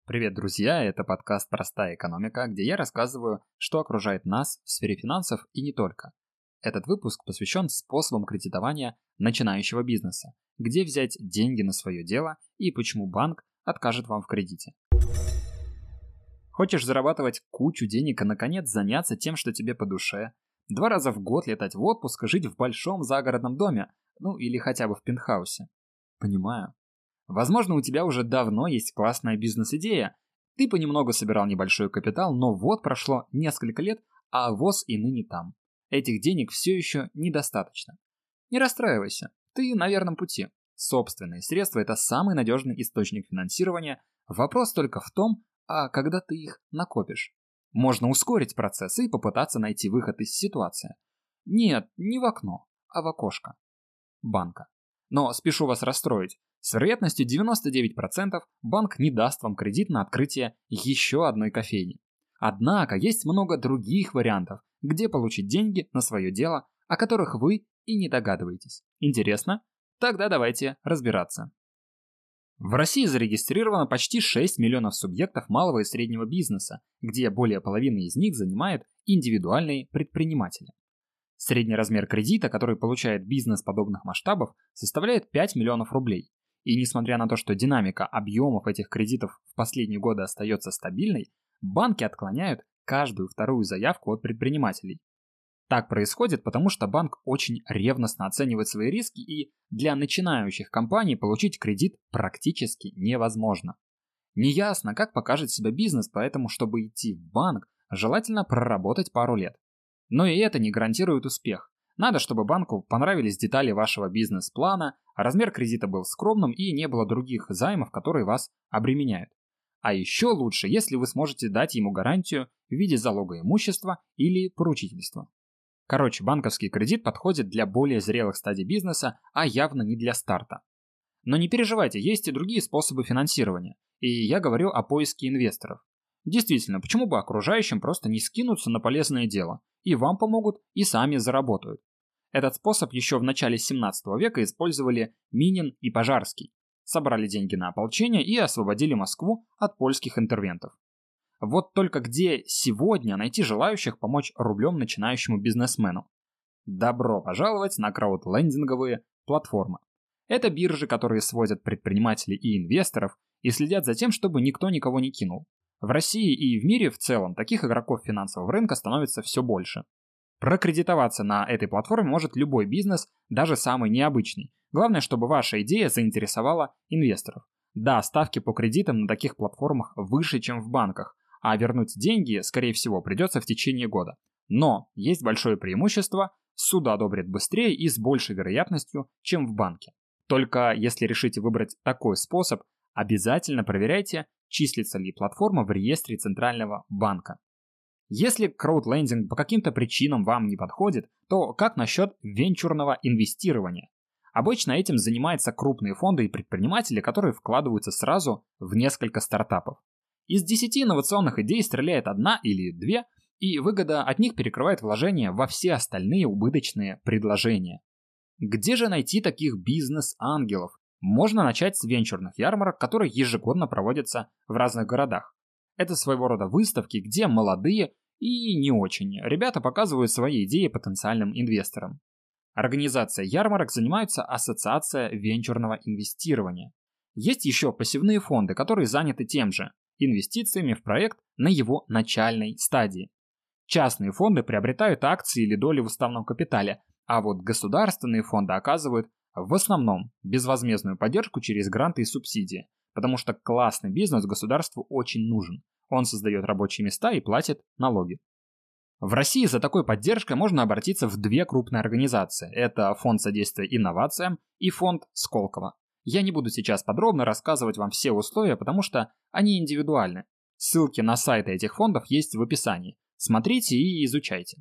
Привет, друзья! Это подкаст «Простая экономика», где я рассказываю, что окружает нас в сфере финансов и не только. Этот выпуск посвящен способам кредитования начинающего бизнеса, где взять деньги на свое дело и почему банк откажет вам в кредите. Хочешь зарабатывать кучу денег и, наконец, заняться тем, что тебе по душе? 2 раза в год летать в отпуск и жить в большом загородном доме, или хотя бы в пентхаусе. Понимаю. Возможно, у тебя уже давно есть классная бизнес-идея. Ты понемногу собирал небольшой капитал, но вот прошло несколько лет, а ВОЗ и ныне там. Этих денег все еще недостаточно. Не расстраивайся, ты на верном пути. Собственные средства – это самый надежный источник финансирования. Вопрос только в том, когда ты их накопишь. Можно ускорить процесс и попытаться найти выход из ситуации. Нет, не в окно, а в окошко банка. Но спешу вас расстроить. С вероятностью 99% банк не даст вам кредит на открытие еще одной кофейни. Однако есть много других вариантов, где получить деньги на свое дело, о которых вы и не догадываетесь. Интересно? Тогда давайте разбираться. В России зарегистрировано почти 6 миллионов субъектов малого и среднего бизнеса, где более половины из них занимают индивидуальные предприниматели. Средний размер кредита, который получает бизнес подобных масштабов, составляет 5 миллионов рублей. И несмотря на то, что динамика объемов этих кредитов в последние годы остается стабильной, банки отклоняют каждую вторую заявку от предпринимателей. Так происходит, потому что банк очень ревностно оценивает свои риски, и для начинающих компаний получить кредит практически невозможно. Неясно, как покажет себя бизнес, поэтому, чтобы идти в банк, желательно проработать пару лет. Но и это не гарантирует успех. Надо, чтобы банку понравились детали вашего бизнес-плана, размер кредита был скромным и не было других займов, которые вас обременяют. А еще лучше, если вы сможете дать ему гарантию в виде залога имущества или поручительства. Короче, банковский кредит подходит для более зрелых стадий бизнеса, а явно не для старта. Но не переживайте, есть и другие способы финансирования. И я говорю о поиске инвесторов. Действительно, почему бы окружающим просто не скинуться на полезное дело? И вам помогут, и сами заработают. Этот способ еще в начале 17 века использовали Минин и Пожарский. Собрали деньги на ополчение и освободили Москву от польских интервентов. Вот только где сегодня найти желающих помочь рублем начинающему бизнесмену? Добро пожаловать на краудлендинговые платформы. Это биржи, которые сводят предпринимателей и инвесторов и следят за тем, чтобы никто никого не кинул. В России и в мире в целом таких игроков финансового рынка становится все больше. Прокредитоваться на этой платформе может любой бизнес, даже самый необычный. Главное, чтобы ваша идея заинтересовала инвесторов. Да, ставки по кредитам на таких платформах выше, чем в банках, а вернуть деньги, скорее всего, придется в течение года. Но есть большое преимущество – суд одобрит быстрее и с большей вероятностью, чем в банке. Только если решите выбрать такой способ, обязательно проверяйте, числится ли платформа в реестре Центрального банка. Если краудлендинг по каким-то причинам вам не подходит, то как насчет венчурного инвестирования? Обычно этим занимаются крупные фонды и предприниматели, которые вкладываются сразу в несколько стартапов. Из 10 инновационных идей стреляет 1 или 2, и выгода от них перекрывает вложения во все остальные убыточные предложения. Где же найти таких бизнес-ангелов? Можно начать с венчурных ярмарок, которые ежегодно проводятся в разных городах. Это своего рода выставки, где молодые и не очень ребята показывают свои идеи потенциальным инвесторам. Организацией ярмарок занимается Ассоциация венчурного инвестирования. Есть еще пассивные фонды, которые заняты тем же – инвестициями в проект на его начальной стадии. Частные фонды приобретают акции или доли в уставном капитале, а вот государственные фонды оказывают в основном безвозмездную поддержку через гранты и субсидии, потому что классный бизнес государству очень нужен. Он создает рабочие места и платит налоги. В России за такой поддержкой можно обратиться в 2 крупные организации. Это Фонд содействия инновациям и Фонд Сколково. Я не буду сейчас подробно рассказывать вам все условия, потому что они индивидуальны. Ссылки на сайты этих фондов есть в описании. Смотрите и изучайте.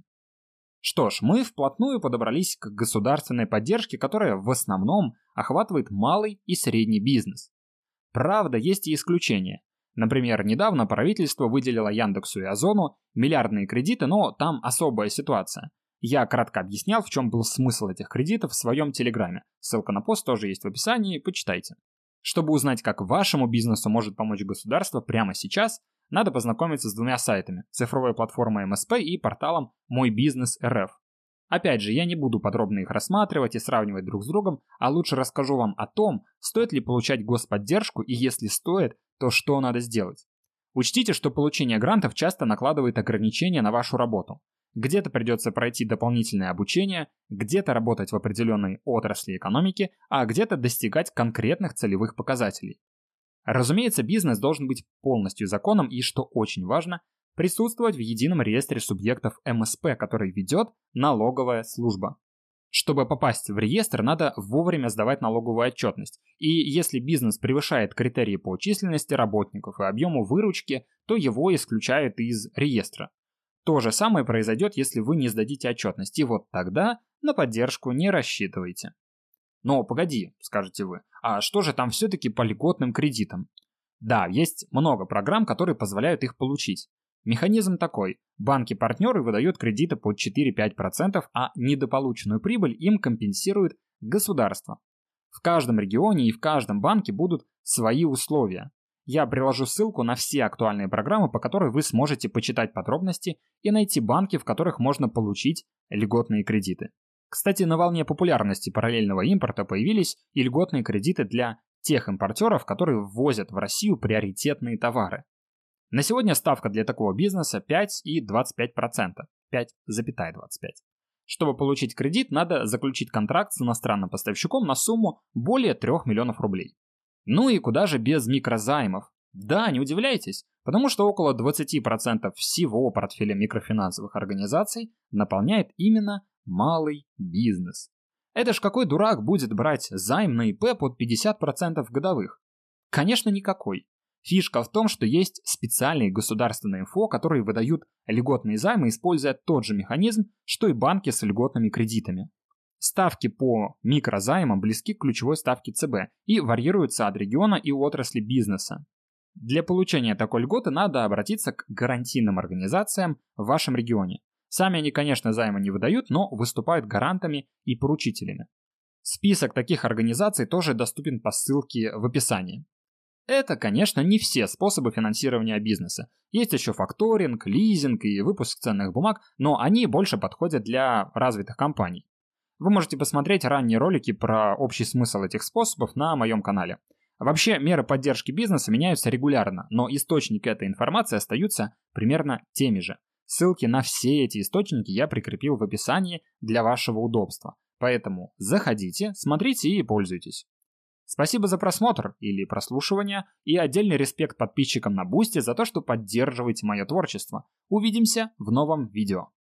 Что ж, мы вплотную подобрались к государственной поддержке, которая в основном охватывает малый и средний бизнес. Правда, есть и исключения. Например, недавно правительство выделило Яндексу и Озону миллиардные кредиты, но там особая ситуация. Я кратко объяснял, в чем был смысл этих кредитов в своем телеграме. Ссылка на пост тоже есть в описании, почитайте. Чтобы узнать, как вашему бизнесу может помочь государство прямо сейчас, надо познакомиться с двумя сайтами – цифровой платформой МСП и порталом Мой Бизнес РФ. Опять же, я не буду подробно их рассматривать и сравнивать друг с другом, а лучше расскажу вам о том, стоит ли получать господдержку и если стоит, то что надо сделать. Учтите, что получение грантов часто накладывает ограничения на вашу работу. Где-то придется пройти дополнительное обучение, где-то работать в определенной отрасли экономики, а где-то достигать конкретных целевых показателей. Разумеется, бизнес должен быть полностью законным и, что очень важно, присутствовать в едином реестре субъектов МСП, который ведет налоговая служба. Чтобы попасть в реестр, надо вовремя сдавать налоговую отчетность, и если бизнес превышает критерии по численности работников и объему выручки, то его исключают из реестра. То же самое произойдет, если вы не сдадите отчетность, и вот тогда на поддержку не рассчитывайте. Но погоди, скажете вы, а что же там все-таки по льготным кредитам? Да, есть много программ, которые позволяют их получить. Механизм такой. Банки-партнеры выдают кредиты под 4-5%, а недополученную прибыль им компенсирует государство. В каждом регионе и в каждом банке будут свои условия. Я приложу ссылку на все актуальные программы, по которой вы сможете почитать подробности и найти банки, в которых можно получить льготные кредиты. Кстати, на волне популярности параллельного импорта появились и льготные кредиты для тех импортеров, которые ввозят в Россию приоритетные товары. На сегодня ставка для такого бизнеса 5,25%. 5,25%. Чтобы получить кредит, надо заключить контракт с иностранным поставщиком на сумму более 3 миллионов рублей. Ну и куда же без микрозаймов? Да, не удивляйтесь, потому что около 20% всего портфеля микрофинансовых организаций наполняет именно малый бизнес. Это ж какой дурак будет брать займ на ИП под 50% годовых? Конечно, никакой. Фишка в том, что есть специальные государственные МФО, которые выдают льготные займы, используя тот же механизм, что и банки с льготными кредитами. Ставки по микрозаймам близки к ключевой ставке ЦБ и варьируются от региона и отрасли бизнеса. Для получения такой льготы надо обратиться к гарантийным организациям в вашем регионе. Сами они, конечно, займы не выдают, но выступают гарантами и поручителями. Список таких организаций тоже доступен по ссылке в описании. Это, конечно, не все способы финансирования бизнеса. Есть еще факторинг, лизинг и выпуск ценных бумаг, но они больше подходят для развитых компаний. Вы можете посмотреть ранние ролики про общий смысл этих способов на моем канале. Вообще, меры поддержки бизнеса меняются регулярно, но источники этой информации остаются примерно теми же. Ссылки на все эти источники я прикрепил в описании для вашего удобства. Поэтому заходите, смотрите и пользуйтесь. Спасибо за просмотр или прослушивание и отдельный респект подписчикам на Бусти за то, что поддерживаете мое творчество. Увидимся в новом видео.